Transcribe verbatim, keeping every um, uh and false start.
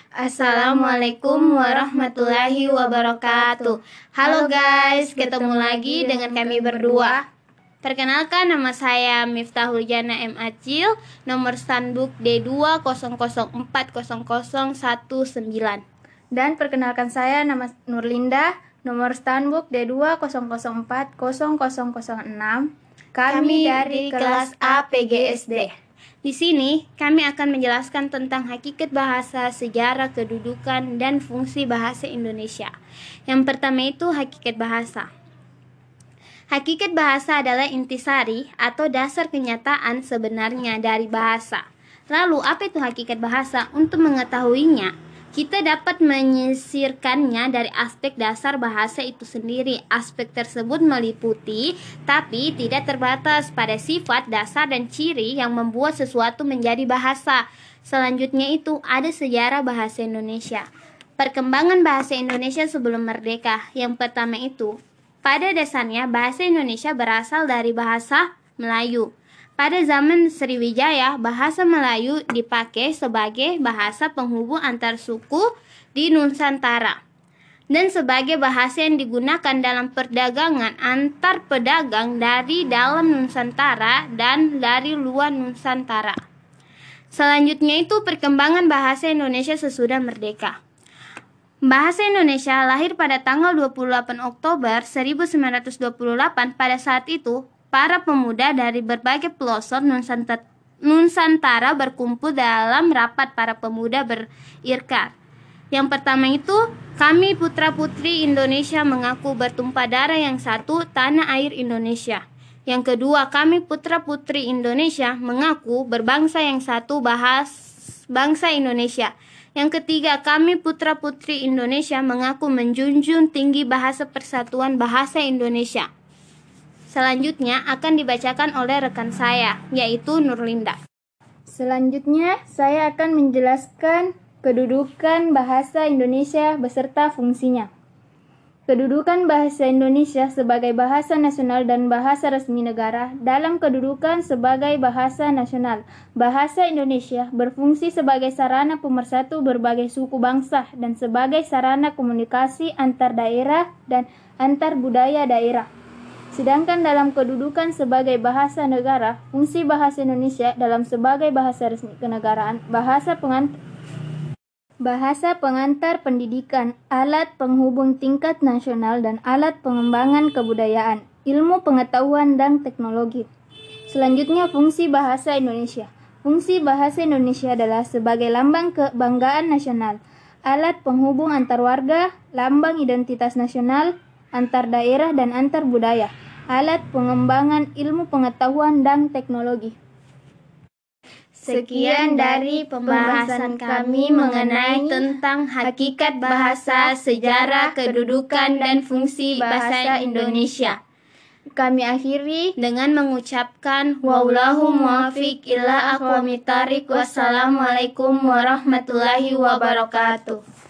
Assalamualaikum warahmatullahi wabarakatuh. Halo guys, ketemu lagi dengan kami berdua. Perkenalkan, nama saya Miftahul Jana M. Acil, nomor standbook D dua nol nol empat nol nol satu sembilan. Dan perkenalkan, saya nama Nurlinda, nomor standbook D dua nol nol empat nol nol nol enam. Kami dari kelas A P G S D. Di sini kami akan menjelaskan tentang hakikat bahasa, sejarah, kedudukan, dan fungsi bahasa Indonesia. Yang pertama itu hakikat bahasa. Hakikat bahasa adalah intisari atau dasar kenyataan sebenarnya dari bahasa. Lalu apa itu hakikat bahasa? Untuk mengetahuinya, kita dapat menyisirkannya dari aspek dasar bahasa itu sendiri. Aspek tersebut meliputi, tapi tidak terbatas pada sifat, dasar, dan ciri yang membuat sesuatu menjadi bahasa. Selanjutnya itu ada sejarah bahasa Indonesia. Perkembangan bahasa Indonesia sebelum merdeka. Yang pertama itu, pada dasarnya bahasa Indonesia berasal dari bahasa Melayu. Pada zaman Sriwijaya, bahasa Melayu dipakai sebagai bahasa penghubung antar suku di Nusantara dan sebagai bahasa yang digunakan dalam perdagangan antar pedagang dari dalam Nusantara dan dari luar Nusantara. Selanjutnya itu perkembangan bahasa Indonesia sesudah merdeka. Bahasa Indonesia lahir pada tanggal dua puluh delapan Oktober seribu sembilan ratus dua puluh delapan. Pada saat itu, para pemuda dari berbagai pelosok Nusantara berkumpul dalam rapat para pemuda berirkar. Yang pertama itu, kami putra-putri Indonesia mengaku bertumpah darah yang satu, tanah air Indonesia. Yang kedua, kami putra-putri Indonesia mengaku berbangsa yang satu, bahas bangsa Indonesia. Yang ketiga, kami putra-putri Indonesia mengaku menjunjung tinggi bahasa persatuan bahasa Indonesia. Selanjutnya akan dibacakan oleh rekan saya, yaitu Nurlinda. Selanjutnya, saya akan menjelaskan kedudukan bahasa Indonesia beserta fungsinya. Kedudukan bahasa Indonesia sebagai bahasa nasional dan bahasa resmi negara. Dalam kedudukan sebagai bahasa nasional, bahasa Indonesia berfungsi sebagai sarana pemersatu berbagai suku bangsa dan sebagai sarana komunikasi antar daerah dan antar budaya daerah. Sedangkan dalam kedudukan sebagai bahasa negara, fungsi bahasa Indonesia dalam sebagai bahasa resmi kenegaraan, bahasa pengantar, bahasa pengantar pendidikan, alat penghubung tingkat nasional, dan alat pengembangan kebudayaan, ilmu pengetahuan, dan teknologi. Selanjutnya, fungsi bahasa Indonesia. Fungsi bahasa Indonesia adalah sebagai lambang kebanggaan nasional, alat penghubung antar warga, lambang identitas nasional, antar daerah dan antar budaya, alat pengembangan ilmu pengetahuan dan teknologi. Sekian dari pembahasan kami mengenai tentang hakikat bahasa, sejarah, kedudukan, dan fungsi bahasa Indonesia. Kami akhiri dengan mengucapkan wallahu muwaffiq ila aqwamit thariq. Wassalamualaikum warahmatullahi wabarakatuh.